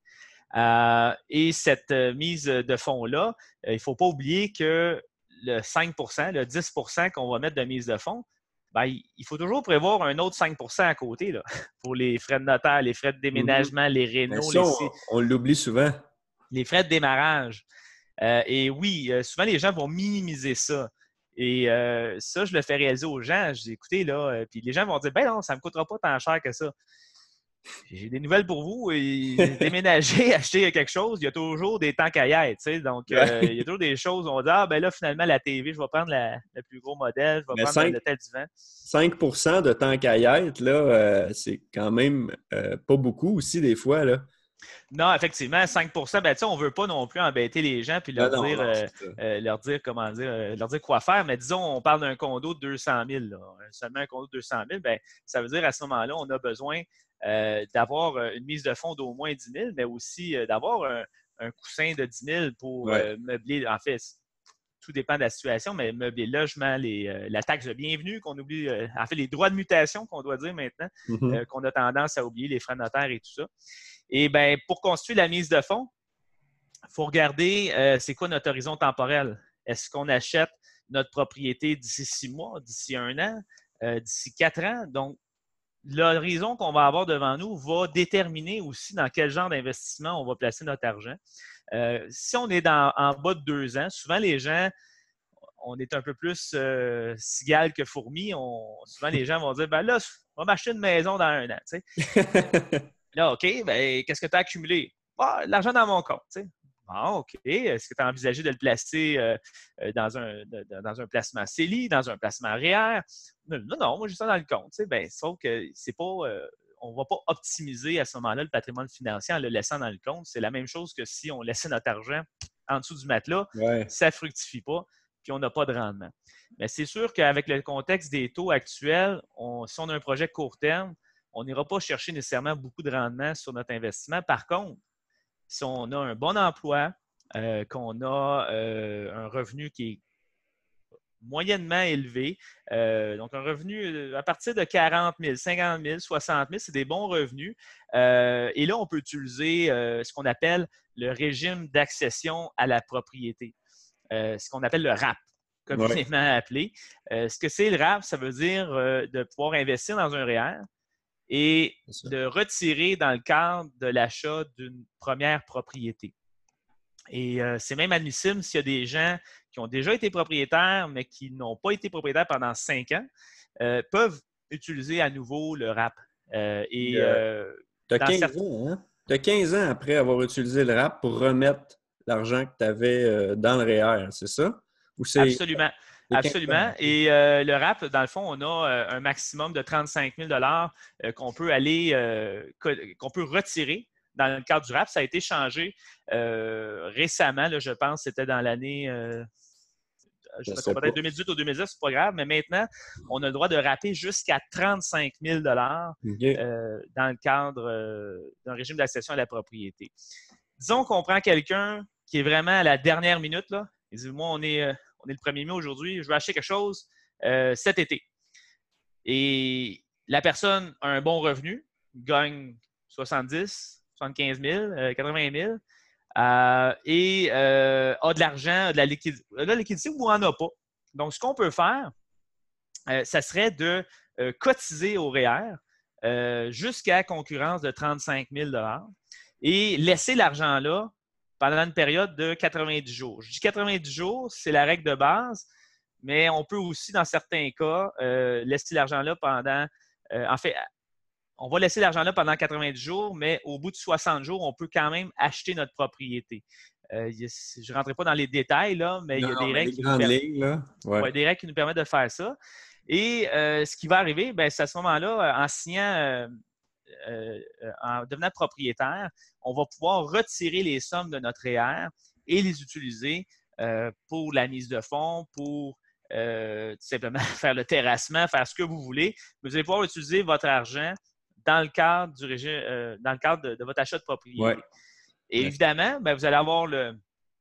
Et cette mise de fonds-là, il ne faut pas oublier que le 5 le 10 qu'on va mettre de mise de fonds, il faut toujours prévoir un autre 5 à côté là, pour les frais de notaire, les frais de déménagement, les rénaux. On l'oublie souvent. Les frais de démarrage. Et oui, souvent les gens vont minimiser ça. Et ça, je le fais réaliser aux gens. Je dis, écoutez, là, puis les gens vont dire, ben non, ça ne me coûtera pas tant cher que ça. J'ai des nouvelles pour vous. Déménager, acheter quelque chose, il y a toujours des temps qu'à y être. Donc, il y a toujours des choses où on dit, là, finalement, la TV, je vais prendre le plus gros modèle, je vais prendre le tel divan. 5 de temps qu'à y être, là, c'est quand même pas beaucoup aussi, des fois, là. Non, effectivement, 5 on ne veut pas non plus embêter les gens puis leur dire quoi faire. Mais disons, on parle d'un condo de 200 000. Là. Seulement un condo de 200 000, ça veut dire à ce moment-là, on a besoin d'avoir une mise de fonds d'au moins 10 000, mais aussi d'avoir un coussin de 10 000 pour meubler. En fait, tout dépend de la situation, mais meubler le logement, la taxe de bienvenue qu'on oublie, en fait, les droits de mutation qu'on doit dire maintenant, qu'on a tendance à oublier, les frais notaires et tout ça. Et bien, pour construire la mise de fonds, il faut regarder c'est quoi notre horizon temporel. Est-ce qu'on achète notre propriété d'ici 6 mois, d'ici 1 an, d'ici 4 ans? Donc, l'horizon qu'on va avoir devant nous va déterminer aussi dans quel genre d'investissement on va placer notre argent. Si on est en bas de 2 ans, souvent les gens, on est un peu plus cigale que fourmi. Souvent, les gens vont dire, ben là, on va m'acheter une maison dans 1 an. Tu sais. Là, OK, ben, qu'est-ce que tu as accumulé? Ah, l'argent dans mon compte. Tu sais. Bon, OK. Est-ce que tu as envisagé de le placer dans un placement CELI, dans un placement REER? Non, moi, j'ai ça dans le compte. Tu sais. Ben, sauf que c'est pas. On ne va pas optimiser à ce moment-là le patrimoine financier en le laissant dans le compte. C'est la même chose que si on laissait notre argent en dessous du matelas, ça ne fructifie pas, puis on n'a pas de rendement. Mais c'est sûr qu'avec le contexte des taux actuels, si on a un projet court terme, on n'ira pas chercher nécessairement beaucoup de rendement sur notre investissement. Par contre, si on a un bon emploi, qu'on a un revenu qui est moyennement élevé, donc un revenu à partir de 40 000, 50 000, 60 000, c'est des bons revenus. Et là, on peut utiliser ce qu'on appelle le régime d'accession à la propriété, ce qu'on appelle le RAP, communément appelé. Ce que c'est le RAP, ça veut dire de pouvoir investir dans un REER et de retirer dans le cadre de l'achat d'une première propriété. Et c'est même admissible s'il y a des gens qui ont déjà été propriétaires, mais qui n'ont pas été propriétaires pendant 5 ans, peuvent utiliser à nouveau le RAP. Tu as 15 ans, hein? Tu as 15 ans après avoir utilisé le RAP pour remettre l'argent que tu avais dans le REER, c'est ça? Ou c'est... Absolument. Absolument. Et le RAP, dans le fond, on a un maximum de 35 000 qu'on peut qu'on peut retirer dans le cadre du RAP. Ça a été changé récemment, là, je pense, c'était dans l'année, je sais pas, peut-être 2018 ou 2019, c'est pas grave, mais maintenant, on a le droit de rapper jusqu'à 35 000 dans le cadre d'un régime d'accession à la propriété. Disons qu'on prend quelqu'un qui est vraiment à la dernière minute, là. Il dit, moi, on est le 1er mai aujourd'hui, je veux acheter quelque chose cet été. Et la personne a un bon revenu, gagne 70, 75 000, 80 000 et a de l'argent, a de la liquidité ou en a pas. Donc, ce qu'on peut faire, ça serait de cotiser au REER jusqu'à concurrence de 35 000 et laisser l'argent là pendant une période de 90 jours. Je dis 90 jours, c'est la règle de base, mais on peut aussi, dans certains cas, laisser l'argent là pendant… en fait, on va laisser l'argent là pendant 90 jours, mais au bout de 60 jours, on peut quand même acheter notre propriété. Je ne rentrerai pas dans les détails, là, mais il y a des règles des règles qui nous permettent de faire ça. Et ce qui va arriver, c'est à ce moment-là, en signant… en devenant propriétaire, on va pouvoir retirer les sommes de notre REER et les utiliser pour la mise de fonds, pour tout simplement faire le terrassement, faire ce que vous voulez. Vous allez pouvoir utiliser votre argent dans le cadre du régime, dans le cadre de votre achat de propriété. Ouais. Et évidemment, vous allez avoir le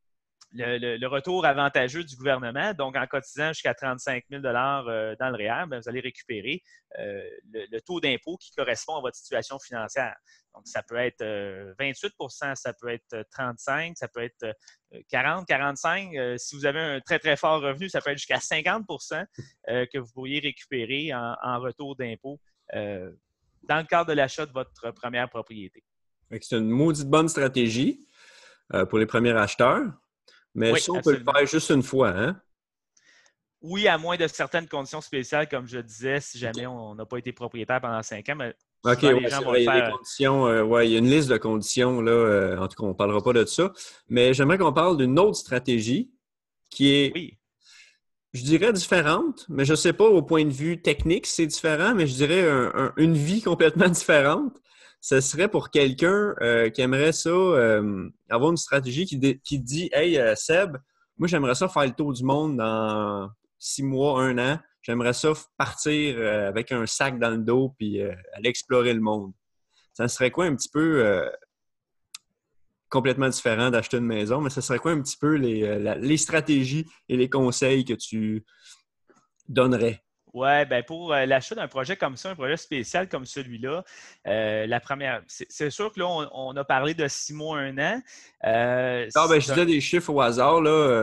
retour avantageux du gouvernement. Donc, en cotisant jusqu'à 35 000 dans le REER, vous allez récupérer le taux d'impôt qui correspond à votre situation financière. Donc, ça peut être 28 %, ça peut être 35 %, ça peut être 40, 45 %. Si vous avez un très, très fort revenu, ça peut être jusqu'à 50 % que vous pourriez récupérer en retour d'impôt dans le cadre de l'achat de votre première propriété. C'est une maudite bonne stratégie pour les premiers acheteurs. Mais oui, ça, on peut le faire juste une fois, hein? Oui, à moins de certaines conditions spéciales, comme je disais, si jamais on n'a pas été propriétaire pendant 5 ans. Mais OK, les gens vont le faire. Il y a des conditions, il y a une liste de conditions, là. En tout cas, on ne parlera pas de ça. Mais j'aimerais qu'on parle d'une autre stratégie qui est, je dirais, différente, mais je ne sais pas au point de vue technique si c'est différent, mais je dirais une vie complètement différente. Ce serait pour quelqu'un qui aimerait ça, avoir une stratégie qui dit « Hey, Seb, moi, j'aimerais ça faire le tour du monde dans 6 mois, 1 an. J'aimerais ça partir avec un sac dans le dos puis aller explorer le monde. » Ça serait quoi un petit peu complètement différent d'acheter une maison, mais ça serait quoi un petit peu les stratégies et les conseils que tu donnerais? Oui, pour l'achat d'un projet comme ça, un projet spécial comme celui-là, la première, c'est sûr que là, on a parlé de 6 mois, 1 an. Je disais des chiffres au hasard, là.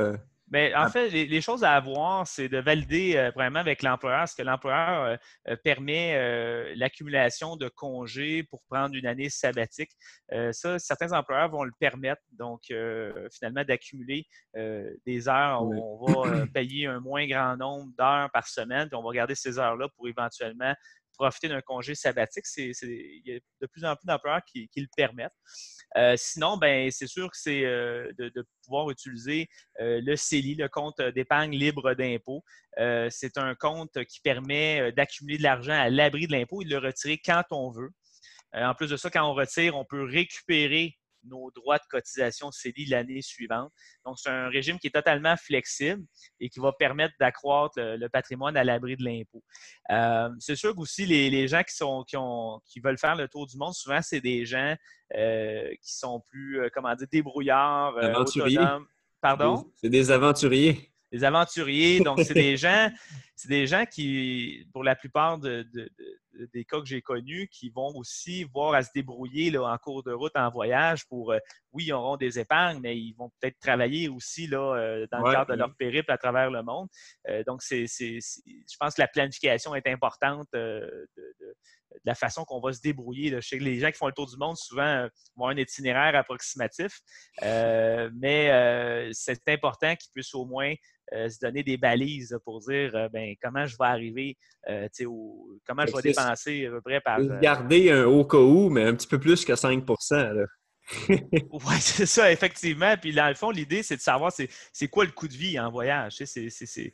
Mais en fait, les choses à avoir, c'est de valider vraiment avec l'employeur ce que l'employeur permet l'accumulation de congés pour prendre une année sabbatique. Ça, certains employeurs vont le permettre, donc finalement d'accumuler des heures. Oui. On va payer un moins grand nombre d'heures par semaine, puis on va garder ces heures-là pour éventuellement profiter d'un congé sabbatique. Il y a de plus en plus d'employeurs qui le permettent. Sinon, ben, c'est sûr que c'est de pouvoir utiliser le CELI, le compte d'épargne libre d'impôt. C'est un compte qui permet d'accumuler de l'argent à l'abri de l'impôt et de le retirer quand on veut. En plus de ça, quand on retire, on peut récupérer nos droits de cotisation CELI l'année suivante. Donc, c'est un régime qui est totalement flexible et qui va permettre d'accroître le patrimoine à l'abri de l'impôt. C'est sûr qu'aussi, les gens qui veulent faire le tour du monde, souvent, c'est des gens qui sont plus, débrouillards, Aventuriers. autonomes. Pardon? C'est des aventuriers. Des aventuriers. Donc, c'est des gens qui, pour la plupart des cas que j'ai connus, qui vont aussi voir à se débrouiller là, en cours de route, en voyage pour, oui, ils auront des épargnes, mais ils vont peut-être travailler aussi là, dans le cadre de leur périple à travers le monde. Donc, je pense que la planification est importante de la façon qu'on va se débrouiller. Là. Je sais que les gens qui font le tour du monde, souvent, vont avoir un itinéraire approximatif, mais c'est important qu'ils puissent au moins se donner des balises pour dire comment je vais arriver, comment je vais dépenser à peu près par. Garder un haut cas où, mais un petit peu plus que 5 là. Oui, c'est ça, effectivement. Puis dans le fond, l'idée, c'est de savoir c'est quoi le coût de vie en voyage. C'est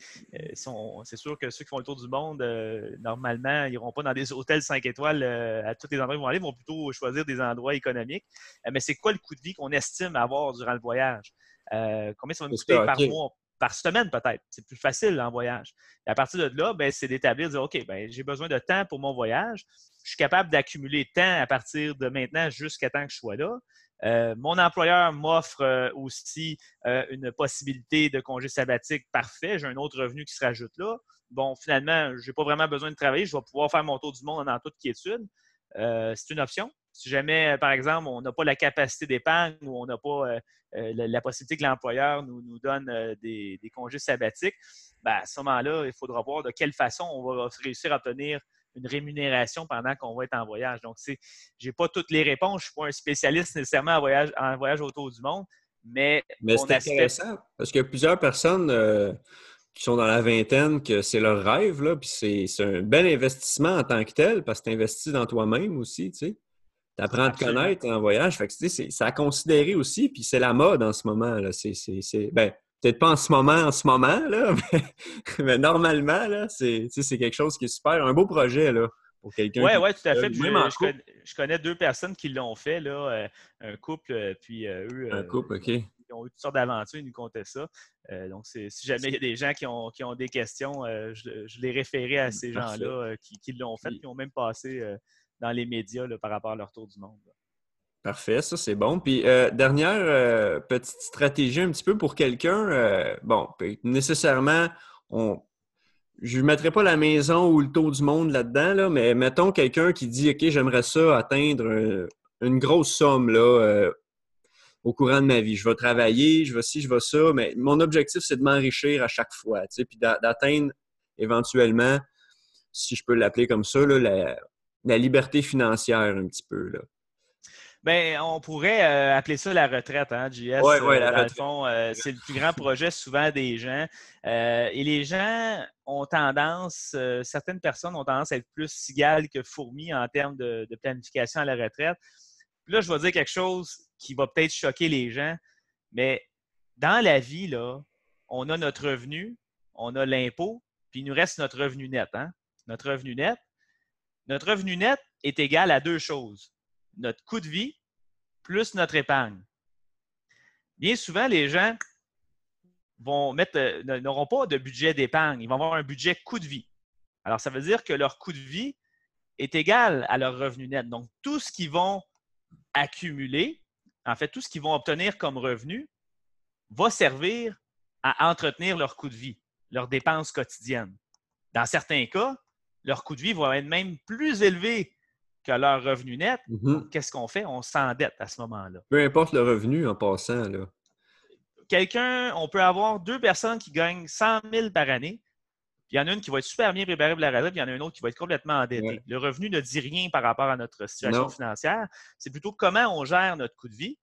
sûr que ceux qui font le tour du monde, normalement, ils n'iront pas dans des hôtels 5 étoiles à tous les endroits où ils vont aller, ils vont plutôt choisir des endroits économiques. Mais c'est quoi le coût de vie qu'on estime avoir durant le voyage? Combien ça va nous coûter par mois? Par semaine, peut-être. C'est plus facile en voyage. Et à partir de là, c'est d'établir, de dire, OK, j'ai besoin de temps pour mon voyage. Je suis capable d'accumuler temps à partir de maintenant jusqu'à temps que je sois là. Mon employeur m'offre aussi une possibilité de congé sabbatique. Parfait, j'ai un autre revenu qui se rajoute là. Bon, finalement, je n'ai pas vraiment besoin de travailler. Je vais pouvoir faire mon tour du monde en toute quiétude. C'est une option. Si jamais, par exemple, on n'a pas la capacité d'épargne ou on n'a pas la possibilité que l'employeur nous donne des congés sabbatiques, à ce moment-là, il faudra voir de quelle façon on va réussir à obtenir une rémunération pendant qu'on va être en voyage. Donc, je n'ai pas toutes les réponses. Je ne suis pas un spécialiste nécessairement en voyage autour du monde, mais c'est intéressant parce qu'il y a plusieurs personnes qui sont dans la vingtaine que c'est leur rêve, là, puis c'est un bel investissement en tant que tel parce que tu investis dans toi-même aussi, tu sais. Tu apprends à te connaître en voyage. Fait que, c'est à considérer aussi, puis c'est la mode en ce moment. Là. Peut-être pas en ce moment, là, mais normalement, là, c'est quelque chose qui est super. Un beau projet là, pour quelqu'un qui... Oui, tout à fait. Je connais 2 personnes qui l'ont fait, là, un couple, puis eux... Un couple, OK. Ils ont eu toutes sortes d'aventures, ils nous contaient ça. Donc, si jamais il y a des gens qui ont des questions, je les référais à ces gens-là qui l'ont fait, qui ont même passé dans les médias là, par rapport à leur tour du monde. Là. Parfait, ça c'est bon. Puis dernière petite stratégie un petit peu pour quelqu'un, nécessairement, je ne mettrai pas la maison ou le tour du monde là-dedans, là, mais mettons quelqu'un qui dit « OK, j'aimerais ça atteindre une grosse somme là, au courant de ma vie. Je vais travailler, je vais ci, je vais ça, mais mon objectif, c'est de m'enrichir à chaque fois, tu sais, puis d'atteindre éventuellement, si je peux l'appeler comme ça, là, la liberté financière un petit peu, là. » On pourrait appeler ça la retraite, hein, JS. Oui, la retraite. Le fond, c'est le plus grand projet souvent des gens. Et les gens ont tendance, certaines personnes ont tendance à être plus cigales que fourmis en termes de planification à la retraite. Puis là, je vais dire quelque chose qui va peut-être choquer les gens, mais dans la vie, là, on a notre revenu, on a l'impôt, puis il nous reste notre revenu net. Hein? Notre revenu net est égal à 2 choses. Notre coût de vie plus notre épargne. Bien souvent, les gens n'auront pas de budget d'épargne. Ils vont avoir un budget coût de vie. Alors, ça veut dire que leur coût de vie est égal à leur revenu net. Donc, tout ce qu'ils vont accumuler, en fait, tout ce qu'ils vont obtenir comme revenu va servir à entretenir leur coût de vie, leurs dépenses quotidiennes. Dans certains cas, leur coût de vie va être même plus élevé que leur revenu net. Donc, qu'est-ce qu'on fait? On s'endette à ce moment-là. Peu importe le revenu en passant, là. on peut avoir 2 personnes qui gagnent 100 000 par année. Il y en a une qui va être super bien préparée pour la retraite, puis il y en a une autre qui va être complètement endettée. Ouais. Le revenu ne dit rien par rapport à notre situation Non. financière. C'est plutôt comment on gère notre coût de vie.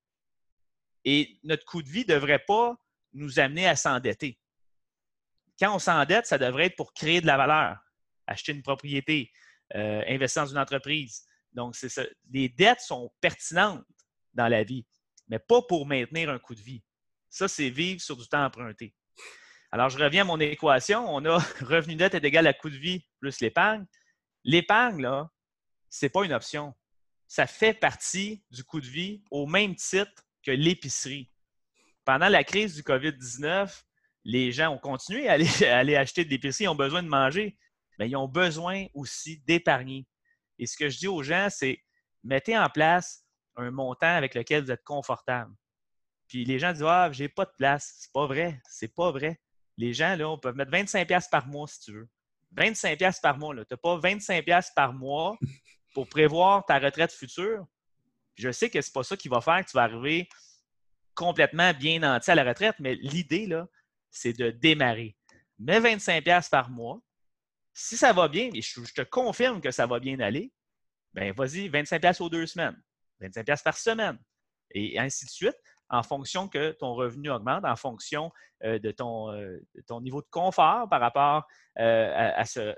Et notre coût de vie ne devrait pas nous amener à s'endetter. Quand on s'endette, ça devrait être pour créer de la valeur, acheter une propriété, investir dans une entreprise. Donc, c'est ça. Les dettes sont pertinentes dans la vie, mais pas pour maintenir un coût de vie. Ça, c'est vivre sur du temps emprunté. Alors, je reviens à mon équation. On a revenu net est égal à coût de vie plus l'épargne. L'épargne, là, ce n'est pas une option. Ça fait partie du coût de vie au même titre que l'épicerie. Pendant la crise du COVID-19, les gens ont continué à aller acheter de l'épicerie, ils ont besoin de manger, mais ils ont besoin aussi d'épargner. Et ce que je dis aux gens, c'est mettez en place un montant avec lequel vous êtes confortable. Puis les gens disent « Ah, j'ai pas de place. » C'est pas vrai. C'est pas vrai. Les gens, là, on peut mettre 25$ par mois si tu veux. 25$ par mois. Tu n'as pas 25$ par mois pour prévoir ta retraite future. Puis je sais que c'est pas ça qui va faire que tu vas arriver complètement bien nanti à la retraite, mais l'idée, là, c'est de démarrer. Mets 25$ par mois. Si ça va bien, et je te confirme que ça va bien aller, bien, vas-y, 25$ aux 2 semaines, 25$ par semaine, et ainsi de suite, en fonction que ton revenu augmente, en fonction de ton niveau de confort par rapport à ce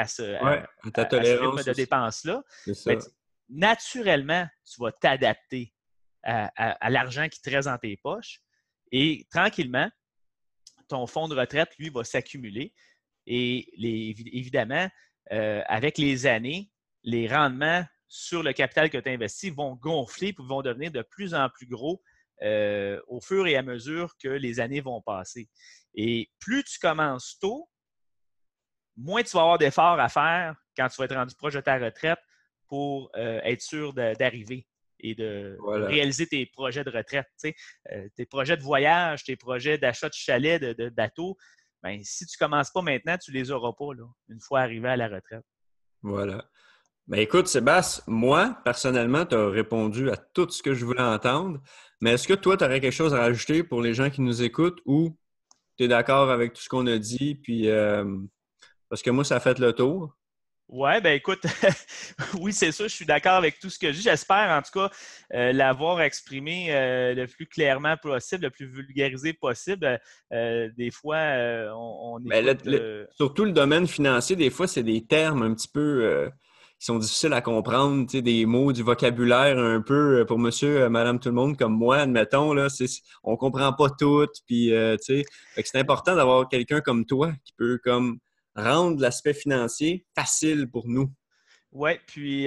ta rythme tolérance de aussi. dépenses-là. C'est ça. Naturellement, tu vas t'adapter à l'argent qui te reste dans tes poches et tranquillement, ton fonds de retraite, lui, va s'accumuler. Et évidemment, avec les années, les rendements sur le capital que tu as investi vont gonfler et vont devenir de plus en plus gros au fur et à mesure que les années vont passer. Et plus tu commences tôt, moins tu vas avoir d'efforts à faire quand tu vas être rendu proche de ta retraite pour être sûr d'arriver et de réaliser tes projets de retraite. Tes projets de voyage, tes projets d'achat de chalet, de bateau, bien, si tu ne commences pas maintenant, tu ne les auras pas là, une fois arrivé à la retraite. Voilà. Ben écoute, Sébastien, moi, personnellement, tu as répondu à tout ce que je voulais entendre. Mais est-ce que toi, tu aurais quelque chose à rajouter pour les gens qui nous écoutent ou tu es d'accord avec tout ce qu'on a dit? Puis, parce que moi, ça a fait le tour. Oui, ben écoute, oui, c'est ça, je suis d'accord avec tout ce que je dis. J'espère, en tout cas, l'avoir exprimé le plus clairement possible, le plus vulgarisé possible. Des fois, on écoute… surtout le domaine financier, des fois, c'est des termes un petit peu qui sont difficiles à comprendre, tu sais, des mots, du vocabulaire un peu pour monsieur, madame, tout le monde, comme moi, admettons, là, on comprend pas tout, puis, tu sais, fait que c'est important d'avoir quelqu'un comme toi qui peut, comme, rendre l'aspect financier facile pour nous. Oui, puis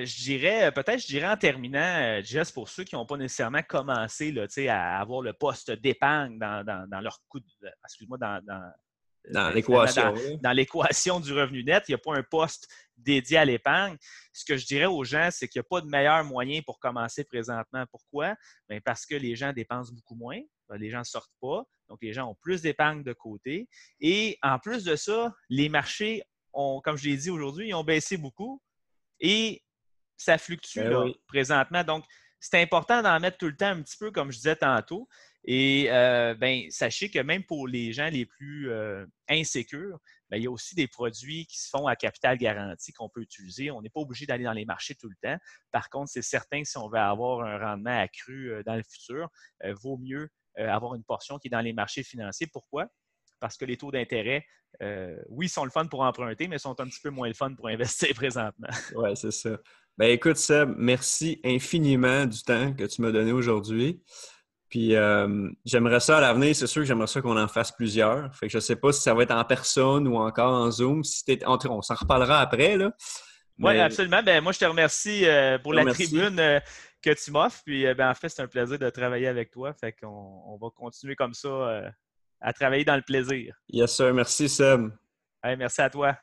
je dirais en terminant, juste pour ceux qui n'ont pas nécessairement commencé là, à avoir le poste d'épargne dans leur coût, excuse-moi, Dans l'équation. Dans l'équation du revenu net, il n'y a pas un poste dédié à l'épargne. Ce que je dirais aux gens, c'est qu'il n'y a pas de meilleur moyen pour commencer présentement. Pourquoi? Bien, parce que les gens dépensent beaucoup moins, les gens ne sortent pas, donc les gens ont plus d'épargne de côté. Et en plus de ça, les marchés ont, comme je l'ai dit aujourd'hui, ils ont baissé beaucoup. Et ça fluctue là, présentement. Donc, c'est important d'en mettre tout le temps un petit peu, comme je disais tantôt. Et sachez que même pour les gens les plus insécures, il y a aussi des produits qui se font à capital garanti qu'on peut utiliser. On n'est pas obligé d'aller dans les marchés tout le temps. Par contre, c'est certain que si on veut avoir un rendement accru dans le futur, vaut mieux avoir une portion qui est dans les marchés financiers. Pourquoi? Parce que les taux d'intérêt, oui, sont le fun pour emprunter, mais sont un petit peu moins le fun pour investir présentement. Oui, c'est ça. Ben écoute, Seb, merci infiniment du temps que tu m'as donné aujourd'hui. Puis j'aimerais ça à l'avenir, c'est sûr que j'aimerais ça qu'on en fasse plusieurs. Fait que je ne sais pas si ça va être en personne ou encore en Zoom. On s'en reparlera après, là. Oui, absolument. Ben, moi, je te remercie pour la tribune que tu m'offres. Puis en fait, c'est un plaisir de travailler avec toi. Fait qu'on va continuer comme ça à travailler dans le plaisir. Yes, sir. Merci, Seb. Hey, merci à toi.